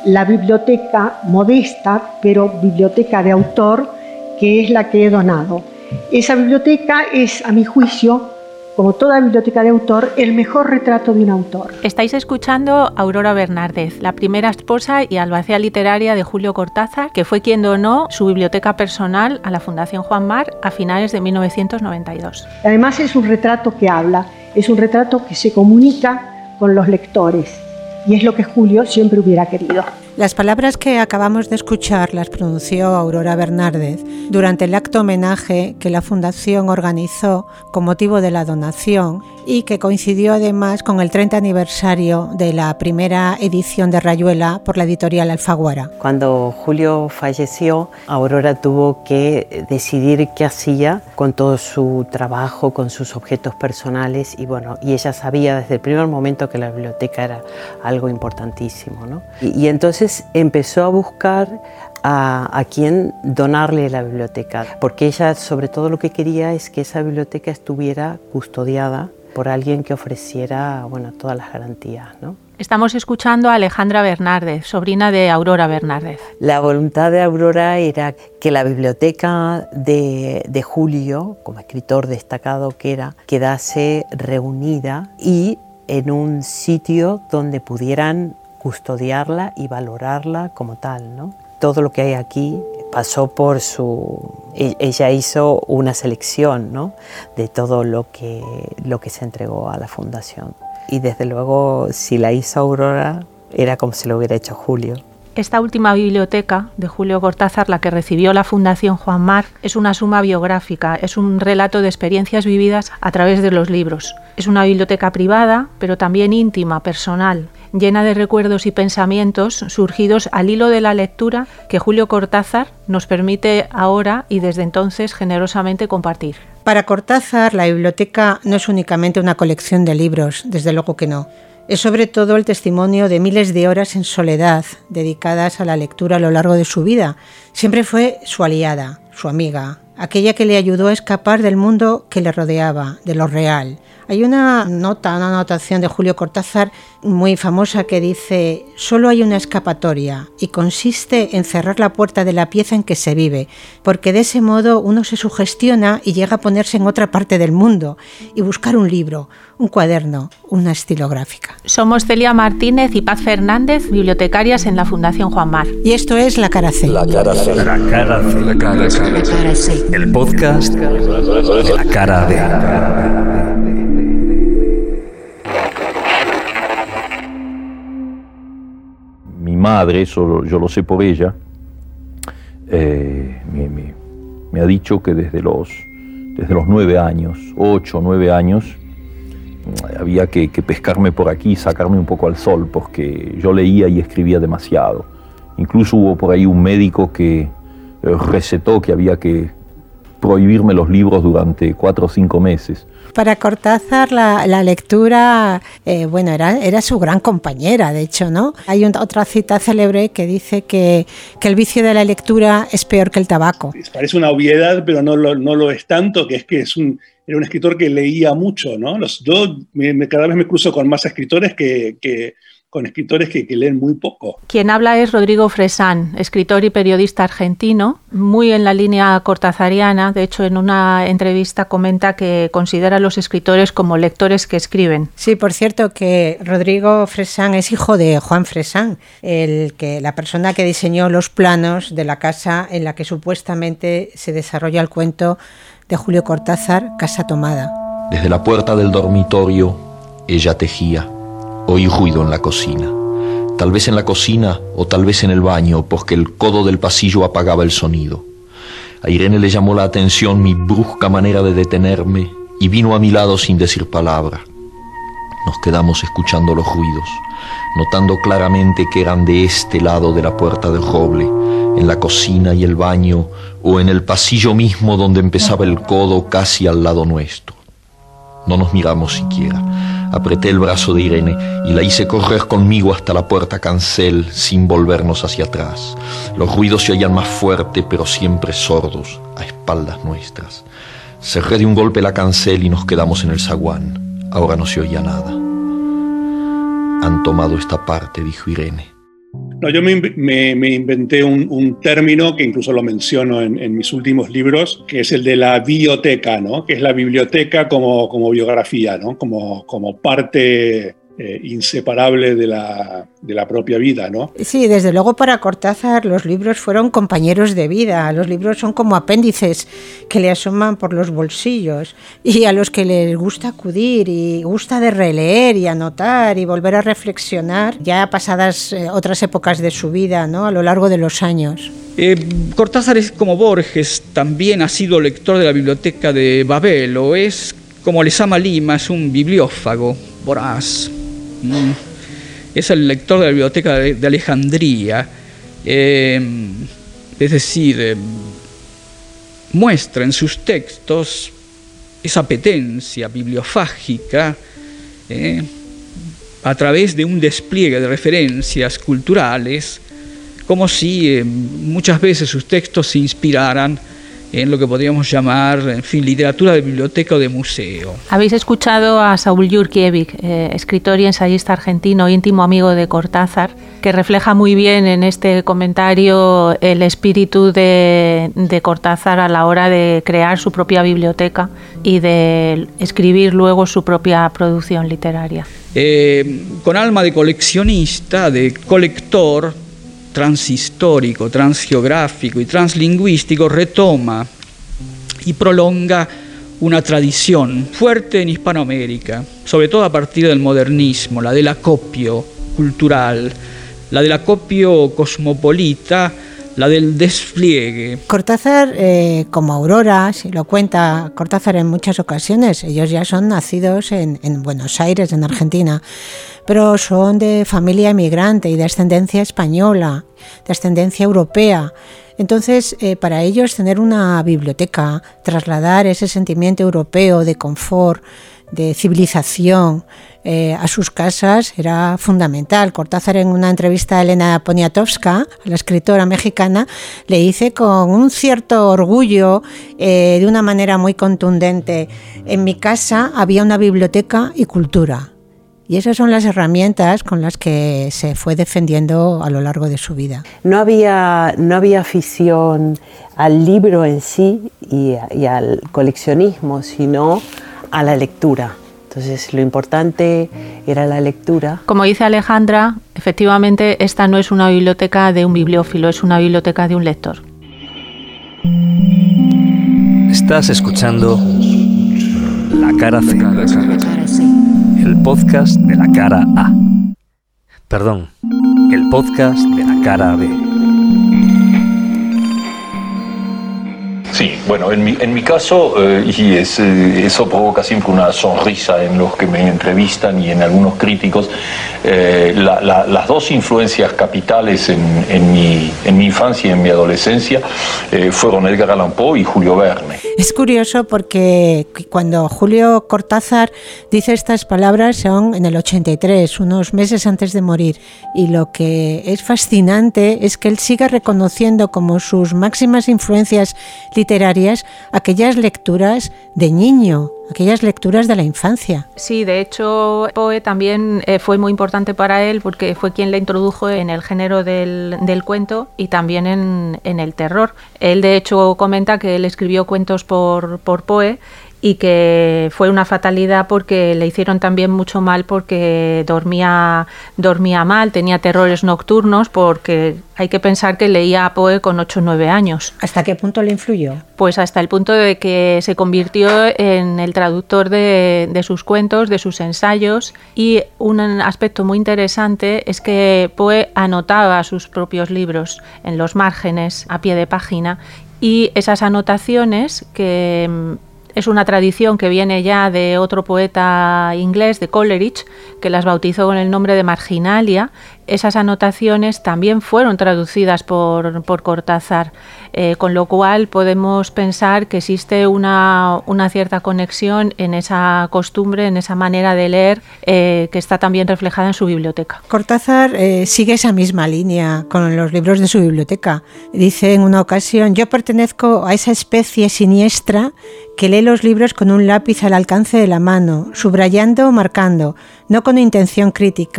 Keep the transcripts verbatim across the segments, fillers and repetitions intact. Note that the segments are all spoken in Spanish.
la biblioteca modesta, pero biblioteca de autor, que es la que he donado. Esa biblioteca es, a mi juicio, como toda biblioteca de autor, el mejor retrato de un autor. Estáis escuchando a Aurora Bernárdez, la primera esposa y albacea literaria de Julio Cortázar, que fue quien donó su biblioteca personal a la Fundación Juan Mar a finales de mil novecientos noventa y dos. Además es un retrato que habla, es un retrato que se comunica con los lectores, y es lo que Julio siempre hubiera querido. Las palabras que acabamos de escuchar las pronunció Aurora Bernárdez durante el acto homenaje que la Fundación organizó con motivo de la donación y que coincidió además con el treinta aniversario de la primera edición de Rayuela por la editorial Alfaguara. Cuando Julio falleció, Aurora tuvo que decidir qué hacía con todo su trabajo, con sus objetos personales y bueno, y ella sabía desde el primer momento que la biblioteca era algo importantísimo, ¿no? Y, y entonces empezó a buscar a, a quién donarle la biblioteca, porque ella sobre todo lo que quería es que esa biblioteca estuviera custodiada por alguien que ofreciera, bueno, todas las garantías, ¿no? Estamos escuchando a Alejandra Bernárdez, sobrina de Aurora Bernárdez. La voluntad de Aurora era que la biblioteca de, de Julio, como escritor destacado que era, quedase reunida y en un sitio donde pudieran custodiarla y valorarla como tal, ¿no? Todo lo que hay aquí pasó por su... Ella hizo una selección, ¿no?, de todo lo que, lo que se entregó a la fundación. Y desde luego, si la hizo Aurora, era como si lo hubiera hecho Julio. Esta última biblioteca de Julio Cortázar, la que recibió la Fundación Juan Mar, es una suma biográfica, es un relato de experiencias vividas a través de los libros. Es una biblioteca privada, pero también íntima, personal, llena de recuerdos y pensamientos surgidos al hilo de la lectura que Julio Cortázar nos permite ahora y desde entonces generosamente compartir. Para Cortázar, la biblioteca no es únicamente una colección de libros, desde luego que no. Es sobre todo el testimonio de miles de horas en soledad dedicadas a la lectura a lo largo de su vida. Siempre fue su aliada, su amiga, aquella que le ayudó a escapar del mundo que le rodeaba, de lo real. Hay una nota, una anotación de Julio Cortázar muy famosa que dice: solo hay una escapatoria y consiste en cerrar la puerta de la pieza en que se vive, porque de ese modo uno se sugestiona y llega a ponerse en otra parte del mundo y buscar un libro, un cuaderno, una estilográfica. Somos Celia Martínez y Paz Fernández, bibliotecarias en la Fundación Juan Mar. Y esto es La Cara C. La Cara C. La Cara C. La Cara C. La Cara C. El podcast de La Cara B. Mi madre, eso yo lo sé por ella, eh, me, me, me ha dicho que desde los, desde los nueve años, ocho, nueve años, había que, que pescarme por aquí, sacarme un poco al sol, porque yo leía y escribía demasiado. Incluso hubo por ahí un médico que recetó que había que prohibirme los libros durante cuatro o cinco meses. Para Cortázar la, la lectura, eh, bueno, era, era su gran compañera, de hecho, ¿no? Hay un, otra cita célebre que dice que, que el vicio de la lectura es peor que el tabaco. Parece una obviedad, pero no lo, no lo es tanto, que es que es un, era un escritor que leía mucho, ¿no? Los, yo me, me, cada vez me cruzo con más escritores que... que con escritores que, que leen muy poco. Quien habla es Rodrigo Fresán, escritor y periodista argentino, muy en la línea cortázariana. De hecho, en una entrevista comenta que considera a los escritores como lectores que escriben. Sí, por cierto, que Rodrigo Fresán es hijo de Juan Fresán, el que, la persona que diseñó los planos de la casa en la que supuestamente se desarrolla el cuento de Julio Cortázar, Casa Tomada. Desde la puerta del dormitorio, ella tejía. Oí ruido en la cocina, tal vez en la cocina o tal vez en el baño, porque el codo del pasillo apagaba el sonido. A Irene le llamó la atención mi brusca manera de detenerme y vino a mi lado sin decir palabra. Nos quedamos escuchando los ruidos, notando claramente que eran de este lado de la puerta del roble, en la cocina y el baño, o en el pasillo mismo donde empezaba el codo casi al lado nuestro. No nos miramos siquiera. Apreté el brazo de Irene y la hice correr conmigo hasta la puerta cancel sin volvernos hacia atrás. Los ruidos se oían más fuerte, pero siempre sordos, a espaldas nuestras. Cerré de un golpe la cancel y nos quedamos en el zaguán. Ahora no se oía nada. Han tomado esta parte, dijo Irene. No, yo me, me, me inventé un, un término que incluso lo menciono en, en mis últimos libros, que es el de la biblioteca, ¿no? Que es la biblioteca como, como biografía, ¿no? Como, como parte eh, inseparable de la, de la propia vida, ¿no? Sí, desde luego para Cortázar los libros fueron compañeros de vida. Los libros son como apéndices que le asoman por los bolsillos y a los que les gusta acudir y gusta de releer y anotar y volver a reflexionar ya pasadas eh, otras épocas de su vida, ¿no? A lo largo de los años. Eh, Cortázar es como Borges, también ha sido lector de la biblioteca de Babel, o es como Lezama Lima, es un bibliófago voraz. Mm. Es el lector de la biblioteca de, de Alejandría, eh, es decir, eh, muestra en sus textos esa apetencia bibliofágica eh, a través de un despliegue de referencias culturales, como si eh, muchas veces sus textos se inspiraran en lo que podríamos llamar, en fin, literatura de biblioteca o de museo. Habéis escuchado a Saúl Yurkiewicz, eh, escritor y ensayista argentino, íntimo amigo de Cortázar, que refleja muy bien en este comentario el espíritu de, de Cortázar a la hora de crear su propia biblioteca y de escribir luego su propia producción literaria. Eh, con alma de coleccionista, de colector, transhistórico, transgeográfico y translingüístico, retoma y prolonga una tradición fuerte en Hispanoamérica, sobre todo a partir del modernismo, la del acopio cultural, la del acopio cosmopolita, la del despliegue. Cortázar, eh, como Aurora, si lo cuenta Cortázar en muchas ocasiones, ellos ya son nacidos en, en Buenos Aires, en Argentina, pero son de familia emigrante y de ascendencia española, de ascendencia europea. Entonces, eh, para ellos tener una biblioteca, trasladar ese sentimiento europeo de confort, de civilización eh, a sus casas era fundamental. Cortázar, en una entrevista a Elena Poniatowska, a la escritora mexicana, le dice con un cierto orgullo, eh, de una manera muy contundente: en mi casa había una biblioteca y cultura. Y esas son las herramientas con las que se fue defendiendo a lo largo de su vida. No había, no había afición al libro en sí y, y al coleccionismo, sino a la lectura. Entonces, lo importante era la lectura. Como dice Alejandra, efectivamente esta no es una biblioteca de un bibliófilo, es una biblioteca de un lector. Estás escuchando La Cara C, el podcast de la cara A. Perdón, el podcast de la cara B. Sí, bueno, en mi, en mi caso, eh, y es, eh, eso provoca siempre una sonrisa en los que me entrevistan y en algunos críticos, eh, la, la, las dos influencias capitales en, en, mi, en mi infancia y en mi adolescencia eh, fueron Edgar Allan Poe y Julio Verne. Es curioso porque cuando Julio Cortázar dice estas palabras son en el ochenta y tres, unos meses antes de morir, y lo que es fascinante es que él siga reconociendo como sus máximas influencias literarias aquellas lecturas de niño, aquellas lecturas de la infancia. Sí, de hecho Poe también eh, fue muy importante para él porque fue quien le introdujo en el género del, del cuento y también en, en el terror. Él de hecho comenta que él escribió cuentos por, por Poe y que fue una fatalidad porque le hicieron también mucho mal porque dormía, dormía mal, tenía terrores nocturnos, porque hay que pensar que leía a Poe con ocho o nueve años. ¿Hasta qué punto le influyó? Pues hasta el punto de que se convirtió en el traductor de, de sus cuentos, de sus ensayos, y un aspecto muy interesante es que Poe anotaba sus propios libros en los márgenes, a pie de página, y esas anotaciones, que es una tradición que viene ya de otro poeta inglés, de Coleridge, que las bautizó con el nombre de Marginalia. Esas anotaciones también fueron traducidas por, por Cortázar, eh, con lo cual podemos pensar que existe una, una cierta conexión en esa costumbre, en esa manera de leer, eh, que está también reflejada en su biblioteca. Cortázar eh, sigue esa misma línea con los libros de su biblioteca. Dice en una ocasión: yo pertenezco a esa especie siniestra que lee los libros con un lápiz al alcance de la mano, subrayando o marcando, no con intención crítica,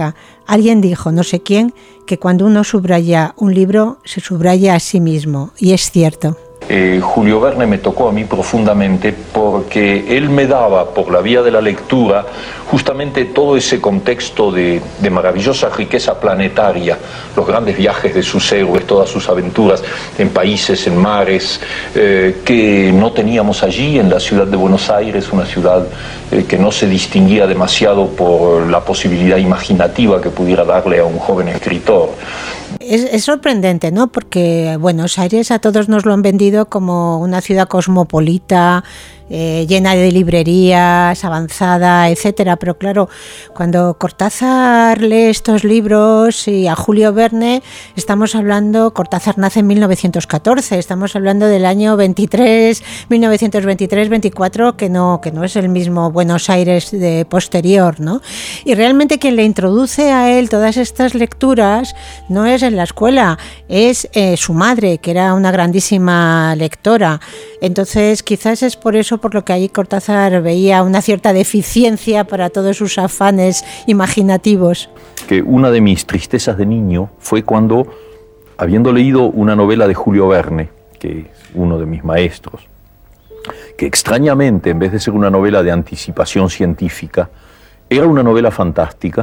Alguien dijo, no sé quién, que cuando uno subraya un libro, se subraya a sí mismo, y es cierto. Eh, Julio Verne me tocó a mí profundamente porque él me daba, por la vía de la lectura, justamente todo ese contexto de, de maravillosa riqueza planetaria, los grandes viajes de sus héroes, todas sus aventuras en países, en mares, eh, que no teníamos allí en la ciudad de Buenos Aires, una ciudad eh, que no se distinguía demasiado por la posibilidad imaginativa que pudiera darle a un joven escritor. Es, es sorprendente, ¿no? Porque Buenos Aires a todos nos lo han vendido como una ciudad cosmopolita, eh, llena de librerías, avanzada, etcétera. Pero claro, cuando Cortázar lee estos libros y a Julio Verne, estamos hablando, Cortázar nace en mil novecientos catorce, estamos hablando del año veintitrés, mil novecientos veintitrés veinticuatro, que no, que no es el mismo Buenos Aires de posterior, ¿no? Y realmente quien le introduce a él todas estas lecturas no es en la escuela, es eh, su madre, que era una grandísima lectora. Entonces quizás es por eso por lo que ahí Cortázar veía una cierta deficiencia para todos sus afanes imaginativos. Que una de mis tristezas de niño fue cuando, habiendo leído una novela de Julio Verne, que es uno de mis maestros, que extrañamente, en vez de ser una novela de anticipación científica, era una novela fantástica,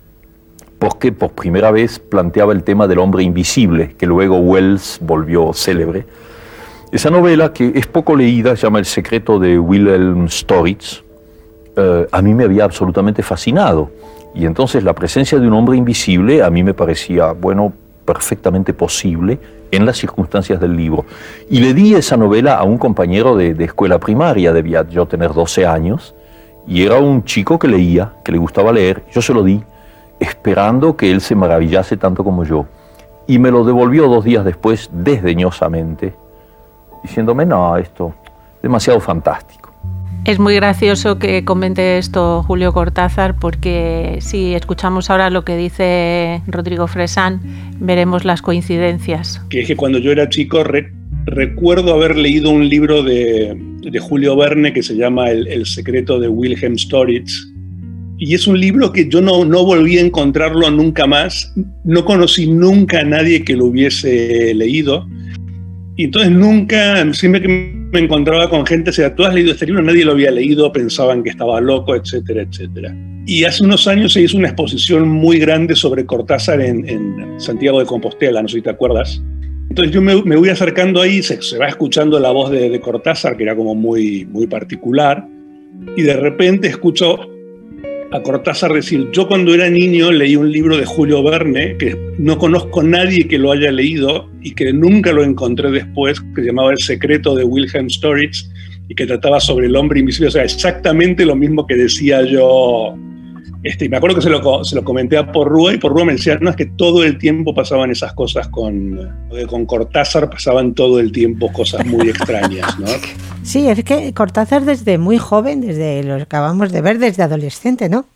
porque por primera vez planteaba el tema del hombre invisible, que luego Wells volvió célebre. Esa novela, que es poco leída, se llama El secreto de Wilhelm Storitz, eh, a mí me había absolutamente fascinado. Y entonces la presencia de un hombre invisible a mí me parecía, bueno, perfectamente posible en las circunstancias del libro. Y le di esa novela a un compañero de, de escuela primaria, debía yo tener doce años, y era un chico que leía, que le gustaba leer. Yo se lo di, esperando que él se maravillase tanto como yo. Y me lo devolvió dos días después, desdeñosamente, diciéndome, no, esto es demasiado fantástico. Es muy gracioso que comente esto Julio Cortázar, porque si escuchamos ahora lo que dice Rodrigo Fresán, veremos las coincidencias. Que es que cuando yo era chico re, recuerdo haber leído un libro de, de Julio Verne que se llama El, El secreto de Wilhelm Storitz, y es un libro que yo no, no volví a encontrarlo nunca más, no conocí nunca a nadie que lo hubiese leído. Y entonces nunca, siempre que me encontraba con gente, o sea, tú has leído este libro, nadie lo había leído, pensaban que estaba loco, etcétera, etcétera. Y hace unos años se hizo una exposición muy grande sobre Cortázar en, en Santiago de Compostela, no sé si te acuerdas. Entonces yo me, me voy acercando ahí, se, se va escuchando la voz de, de Cortázar, que era como muy, muy particular, y de repente escucho a Cortázar decir, yo cuando era niño leí un libro de Julio Verne, que no conozco a nadie que lo haya leído y que nunca lo encontré después, que se llamaba El secreto de Wilhelm Storitz y que trataba sobre el hombre invisible, o sea, exactamente lo mismo que decía yo. Este, y me acuerdo que se lo, se lo comenté a Porrúa, y Porrúa me decía, no, es que todo el tiempo pasaban esas cosas con, con Cortázar, pasaban todo el tiempo cosas muy extrañas, ¿no? Sí, es que Cortázar desde muy joven, desde lo que acabamos de ver, desde adolescente, ¿no?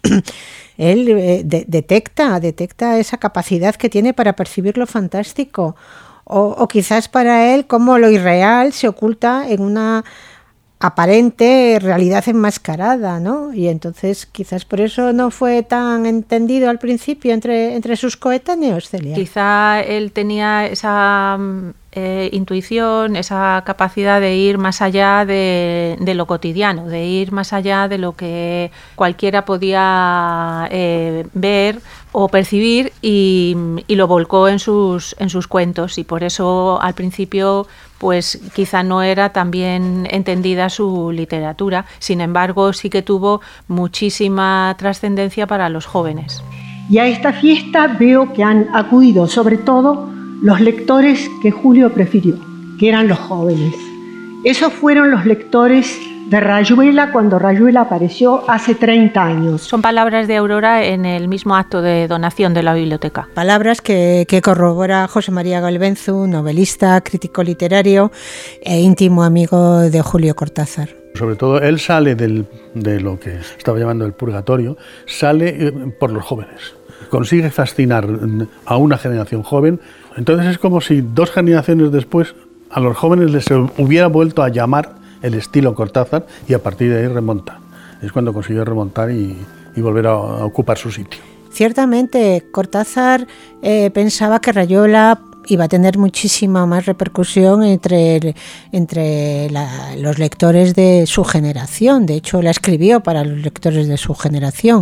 Él eh, de, detecta, detecta esa capacidad que tiene para percibir lo fantástico, o, o quizás para él como lo irreal se oculta en una aparente realidad enmascarada, ¿no? Y entonces quizás por eso no fue tan entendido al principio entre, entre sus coetáneos, Celia. Quizá él tenía esa eh, intuición, esa capacidad de ir más allá de, de lo cotidiano, de ir más allá de lo que cualquiera podía eh, ver o percibir, y, y lo volcó en sus, en sus cuentos, y por eso al principio pues quizá no era tan bien entendida su literatura. Sin embargo, sí que tuvo muchísima trascendencia para los jóvenes. Y a esta fiesta veo que han acudido sobre todo los lectores que Julio prefirió, que eran los jóvenes. Esos fueron los lectores de Rayuela cuando Rayuela apareció hace treinta años. Son palabras de Aurora en el mismo acto de donación de la biblioteca. Palabras que, que corrobora José María Galbenzu, novelista, crítico literario e íntimo amigo de Julio Cortázar. Sobre todo, él sale del, de lo que estaba llamando el purgatorio, sale por los jóvenes. Consigue fascinar a una generación joven. Entonces es como si dos generaciones después a los jóvenes les hubiera vuelto a llamar el estilo Cortázar, y a partir de ahí remonta. Es cuando consiguió remontar y, y volver a, a ocupar su sitio. Ciertamente, Cortázar eh, pensaba que Rayuela iba a tener muchísima más repercusión entre, entre la, los lectores de su generación. De hecho, la escribió para los lectores de su generación.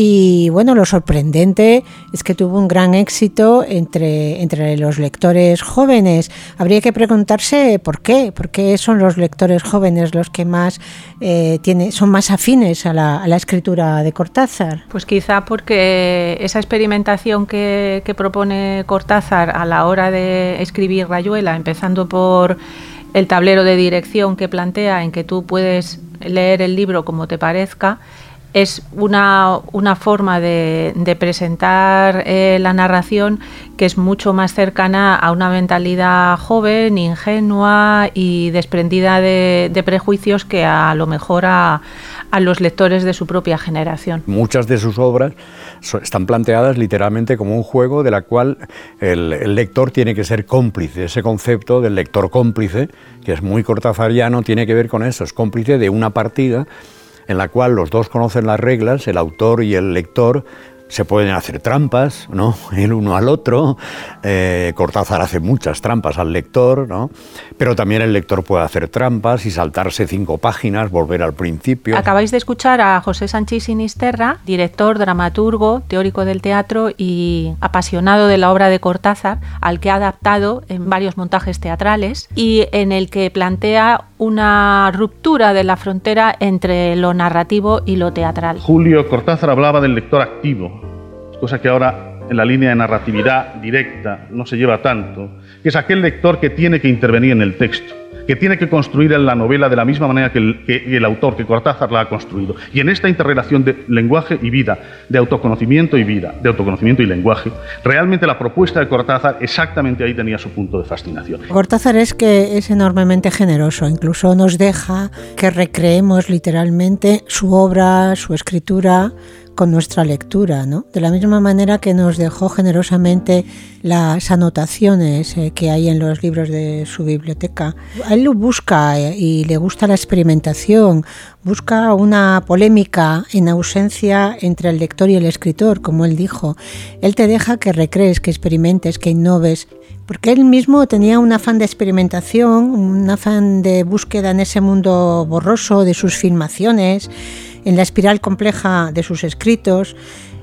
Y bueno, lo sorprendente es que tuvo un gran éxito entre, entre los lectores jóvenes. Habría que preguntarse por qué. ¿Por qué son los lectores jóvenes los que más eh, tiene, son más afines a la, a la escritura de Cortázar? Pues quizá porque esa experimentación que, que propone Cortázar a la hora de escribir Rayuela, empezando por el tablero de dirección que plantea, en que tú puedes leer el libro como te parezca, es una, una forma de, de presentar eh, la narración que es mucho más cercana a una mentalidad joven, ingenua y desprendida de, de prejuicios que a, a lo mejor a, a los lectores de su propia generación. Muchas de sus obras so, están planteadas literalmente como un juego de la cual el, el lector tiene que ser cómplice. Ese concepto del lector cómplice, que es muy cortázariano, tiene que ver con eso, es cómplice de una partida en la cual los dos conocen las reglas, el autor y el lector. Se pueden hacer trampas, ¿no?, el uno al otro. Eh, Cortázar hace muchas trampas al lector, ¿no?, pero también el lector puede hacer trampas y saltarse cinco páginas, volver al principio. Acabáis de escuchar a José Sánchez Sinisterra, director, dramaturgo, teórico del teatro y apasionado de la obra de Cortázar, al que ha adaptado en varios montajes teatrales y en el que plantea una ruptura de la frontera entre lo narrativo y lo teatral. Julio Cortázar hablaba del lector activo, cosa que ahora en la línea de narratividad directa no se lleva tanto, que es aquel lector que tiene que intervenir en el texto, que tiene que construir en la novela de la misma manera que el, que el autor, que Cortázar la ha construido. Y en esta interrelación de lenguaje y vida, de autoconocimiento y vida, de autoconocimiento y lenguaje, realmente la propuesta de Cortázar exactamente ahí tenía su punto de fascinación. Cortázar es que es enormemente generoso, incluso nos deja que recreemos literalmente su obra, su escritura, con nuestra lectura, ¿no? De la misma manera que nos dejó generosamente las anotaciones eh, que hay en los libros de su biblioteca. A él lo busca eh, y le gusta la experimentación, busca una polémica en ausencia entre el lector y el escritor, como él dijo. Él te deja que recrees, que experimentes, que innoves, porque él mismo tenía un afán de experimentación, un afán de búsqueda en ese mundo borroso de sus filmaciones, en la espiral compleja de sus escritos,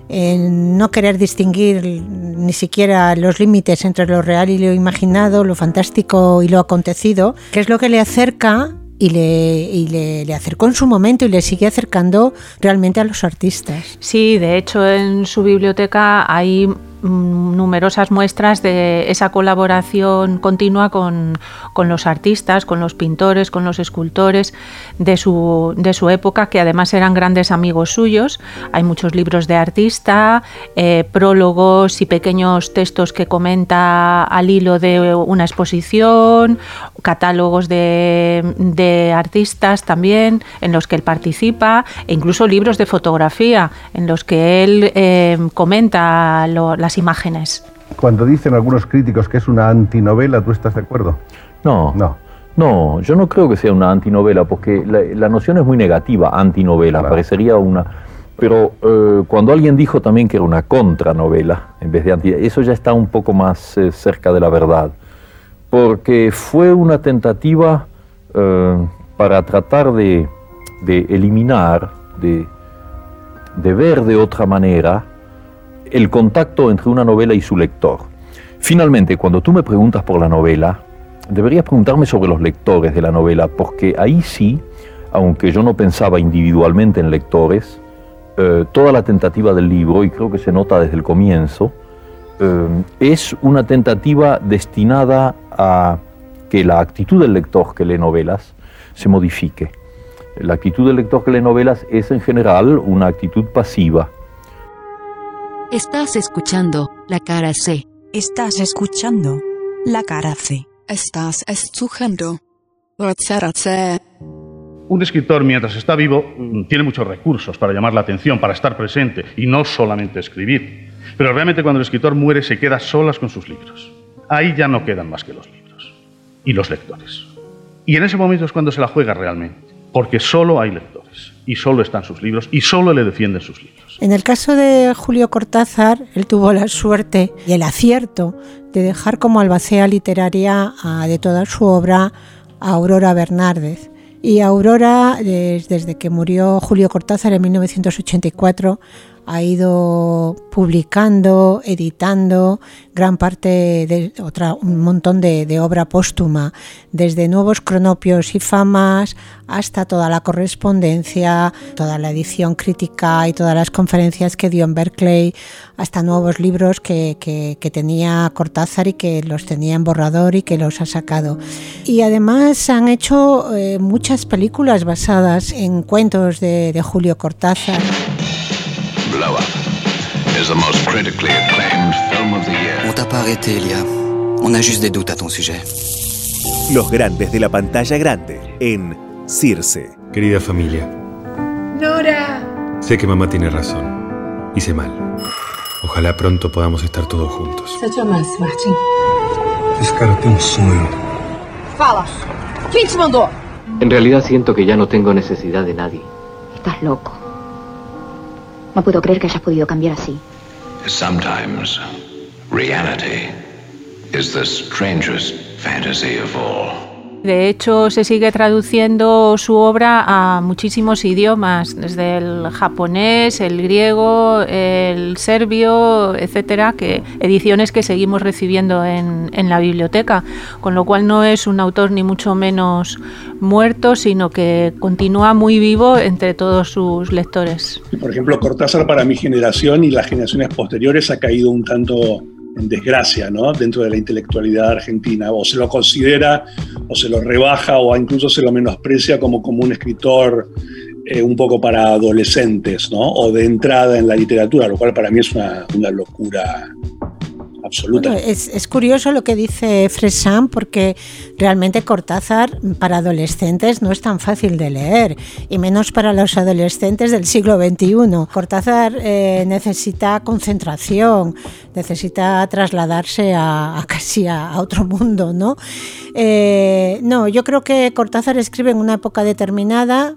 en no querer distinguir ni siquiera los límites entre lo real y lo imaginado, lo fantástico y lo acontecido, que es lo que le acerca y le, y le, le acercó en su momento y le sigue acercando realmente a los artistas. Sí, de hecho en su biblioteca hay numerosas muestras de esa colaboración continua con, con los artistas, con los pintores, con los escultores de su, de su época, que además eran grandes amigos suyos. Hay muchos libros de artista, eh, prólogos y pequeños textos que comenta al hilo de una exposición, catálogos de, de artistas también en los que él participa, e incluso libros de fotografía en los que él eh, comenta lo, las imágenes. Cuando dicen algunos críticos que es una antinovela, ¿tú estás de acuerdo? No, no, no, yo no creo que sea una antinovela, porque la, la noción es muy negativa, antinovela, claro. Parecería una... Pero eh, cuando alguien dijo también que era una contranovela, en vez de anti... eso ya está un poco más eh, cerca de la verdad, porque fue una tentativa eh, para tratar de, de eliminar, de, de ver de otra manera el contacto entre una novela y su lector. Finalmente, cuando tú me preguntas por la novela, deberías preguntarme sobre los lectores de la novela, porque ahí sí, aunque yo no pensaba individualmente en lectores, eh, toda la tentativa del libro, y creo que se nota desde el comienzo, eh, es una tentativa destinada a que la actitud del lector que lee novelas se modifique. La actitud del lector que lee novelas es en general una actitud pasiva. Estás escuchando La Cara C. Estás escuchando La Cara C. Estás escuchando La Cara C. Un escritor, mientras está vivo, tiene muchos recursos para llamar la atención, para estar presente, y no solamente escribir. Pero realmente cuando el escritor muere se queda solas con sus libros. Ahí ya no quedan más que los libros y los lectores. Y en ese momento es cuando se la juega realmente, porque solo hay lectores. y solo están sus libros y solo le defienden sus libros. En el caso de Julio Cortázar, él tuvo la suerte y el acierto de dejar como albacea literaria a, de toda su obra a Aurora Bernárdez. Y Aurora, desde que murió Julio Cortázar en mil novecientos ochenta y cuatro, ha ido publicando, editando gran parte de otra, un montón de, de obra póstuma, desde Nuevos Cronopios y Famas hasta toda la correspondencia, toda la edición crítica y todas las conferencias que dio en Berkeley, hasta nuevos libros que, que, que tenía Cortázar y que los tenía en borrador y que los ha sacado. Y además han hecho eh, muchas películas basadas en cuentos de, de Julio Cortázar. Blow Up is the most critically acclaimed film of the year. On t'a pas arrêté, Elia. On a juste des doutes à ton sujet. Los grandes de la pantalla grande en Circe. Querida familia. Nora. Sé que mamá tiene razón. Hice mal. Ojalá pronto podamos estar todos juntos. Ça te amasse, Martin. Esse cara tem um sonho. Fala. ¿Quién te mandó? En realidad siento que ya no tengo necesidad de nadie. Estás loco. No puedo creer que hayas podido cambiar así. Sometimes reality is the strangest fantasy of all. De hecho, se sigue traduciendo su obra a muchísimos idiomas, desde el japonés, el griego, el serbio, etcétera, que ediciones que seguimos recibiendo en, en la biblioteca, con lo cual no es un autor ni mucho menos muerto, sino que continúa muy vivo entre todos sus lectores. Por ejemplo, Cortázar para mi generación y las generaciones posteriores ha caído un tanto en desgracia, ¿no?, dentro de la intelectualidad argentina, o se lo considera, o se lo rebaja, o incluso se lo menosprecia como, como un escritor eh, un poco para adolescentes, ¿no?, o de entrada en la literatura, lo cual para mí es una, una locura absoluta. Bueno, es, es curioso lo que dice Fresán, porque realmente Cortázar para adolescentes no es tan fácil de leer, y menos para los adolescentes del siglo veintiuno. Cortázar eh, necesita concentración, necesita trasladarse a, a casi a, a otro mundo, ¿no? Eh, no, yo creo que Cortázar escribe en una época determinada,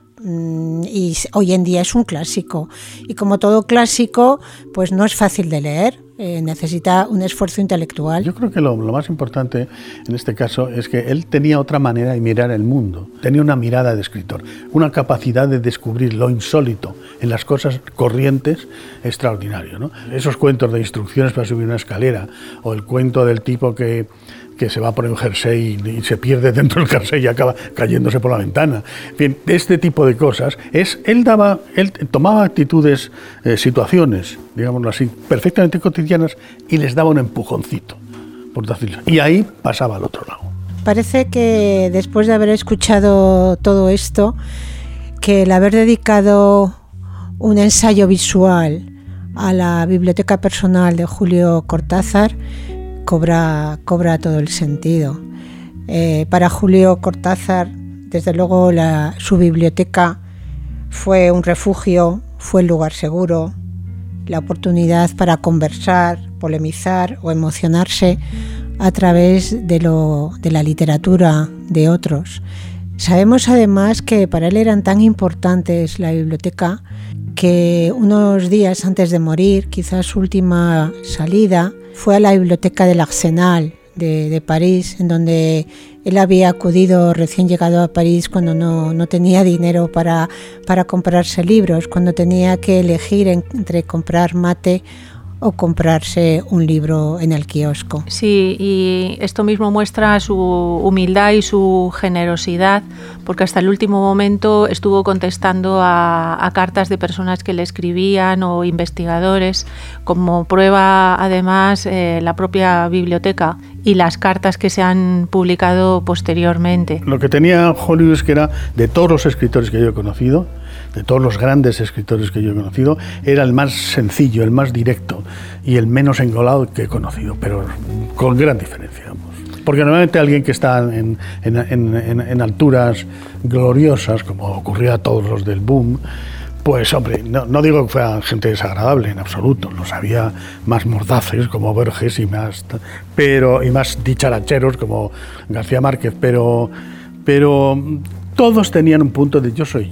y hoy en día es un clásico, y como todo clásico pues no es fácil de leer, eh, necesita un esfuerzo intelectual. Yo creo que lo, lo más importante en este caso es que él tenía otra manera de mirar el mundo, tenía una mirada de escritor, una capacidad de descubrir lo insólito en las cosas corrientes extraordinario, ¿no? Esos cuentos de instrucciones para subir una escalera, o el cuento del tipo que que se va por un jersey y, y se pierde dentro del jersey y acaba cayéndose por la ventana. Bien, este tipo de cosas, es, él daba, él tomaba actitudes, eh, situaciones, digámoslo así, perfectamente cotidianas y les daba un empujoncito, por decirlo. Y ahí pasaba al otro lado. Parece que después de haber escuchado todo esto, que el haber dedicado un ensayo visual a la biblioteca personal de Julio Cortázar Cobra, cobra todo el sentido. Eh, para Julio Cortázar, desde luego, la, su biblioteca fue un refugio, fue el lugar seguro, la oportunidad para conversar, polemizar o emocionarse a través de, lo, de la literatura de otros. Sabemos además que para él eran tan importantes la biblioteca que unos días antes de morir, quizás su última salida, fue a la biblioteca del Arsenal de, de París, en donde él había acudido recién llegado a París cuando no, no tenía dinero para, para comprarse libros, cuando tenía que elegir entre comprar mate o comprarse un libro en el kiosco. Sí, y esto mismo muestra su humildad y su generosidad, porque hasta el último momento estuvo contestando a, a cartas de personas que le escribían o investigadores, como prueba además eh, la propia biblioteca y las cartas que se han publicado posteriormente. Lo que tenía Hollywood es que era, de todos los escritores que yo he conocido, de todos los grandes escritores que yo he conocido, era el más sencillo, el más directo y el menos engolado que he conocido, pero con gran diferencia. Porque normalmente alguien que está en, en, en, en, en alturas gloriosas, como ocurría a todos los del boom, pues hombre, no, no digo que fuera gente desagradable en absoluto, los había más mordaces como Borges y más, pero, y más dicharacheros como García Márquez, pero, pero todos tenían un punto de yo soy yo.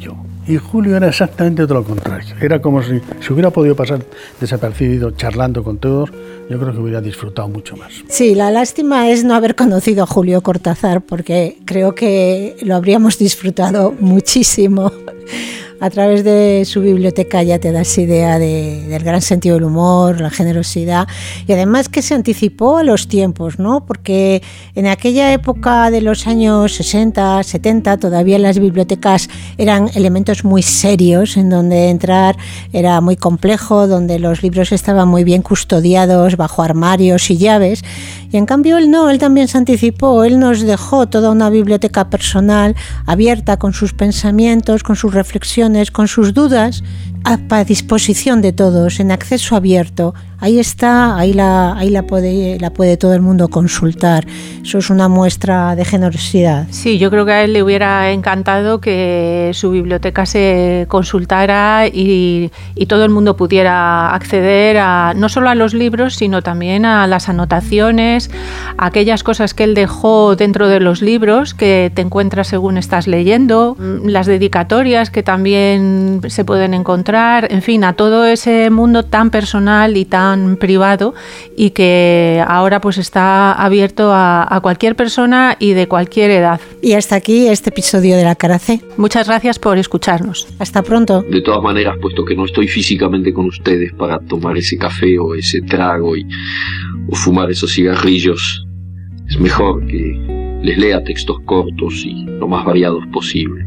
Y Julio era exactamente todo lo contrario. Era como si, si hubiera podido pasar desapercibido charlando con todos, yo creo que hubiera disfrutado mucho más. Sí, la lástima es no haber conocido a Julio Cortázar, porque creo que lo habríamos disfrutado muchísimo. A través de su biblioteca ya te das idea de, del gran sentido del humor, la generosidad y además que se anticipó a los tiempos, ¿no? Porque en aquella época de los años sesenta, setenta todavía las bibliotecas eran elementos muy serios en donde entrar era muy complejo, donde los libros estaban muy bien custodiados bajo armarios y llaves. Y en cambio él no, él también se anticipó, él nos dejó toda una biblioteca personal abierta con sus pensamientos, con sus reflexiones, con sus dudas, a disposición de todos, en acceso abierto. Ahí está, ahí la, ahí la puede, la puede todo el mundo consultar. Eso es una muestra de generosidad. Sí, yo creo que a él le hubiera encantado que su biblioteca se consultara y, y todo el mundo pudiera acceder a, no solo a los libros, sino también a las anotaciones, a aquellas cosas que él dejó dentro de los libros que te encuentras según estás leyendo, las dedicatorias que también se pueden encontrar, en fin, a todo ese mundo tan personal y tan privado y que ahora pues está abierto a, a cualquier persona y de cualquier edad. Y hasta aquí este episodio de La Cara C. Muchas gracias por escucharnos. Hasta pronto. De todas maneras, puesto que no estoy físicamente con ustedes para tomar ese café o ese trago y, o fumar esos cigarrillos, es mejor que les lea textos cortos y lo más variados posible.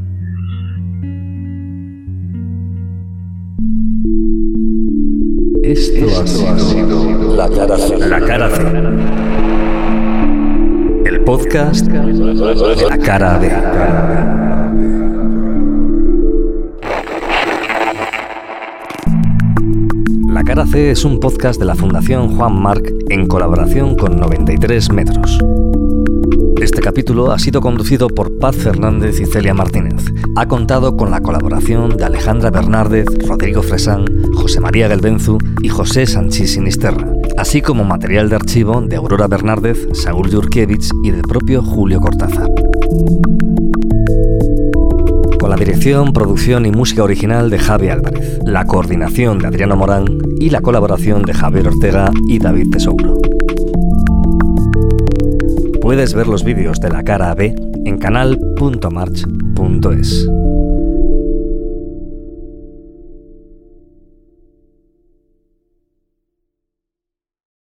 Esto ha sido La Cara C. La Cara C. El podcast de La Cara B. La Cara C es un podcast de la Fundación Juan March en colaboración con noventa y tres metros. Este capítulo ha sido conducido por Paz Fernández y Celia Martínez. Ha contado con la colaboración de Alejandra Bernárdez, Rodrigo Fresán, José María Gelbenzu y José Sanchís Sinisterra, así como material de archivo de Aurora Bernárdez, Saúl Yurkiewicz y del propio Julio Cortázar. Con la dirección, producción y música original de Javi Álvarez, la coordinación de Adriano Morán y la colaboración de Javier Ortega y David Tesouro. Puedes ver los vídeos de La Cara B en canal punto march punto es.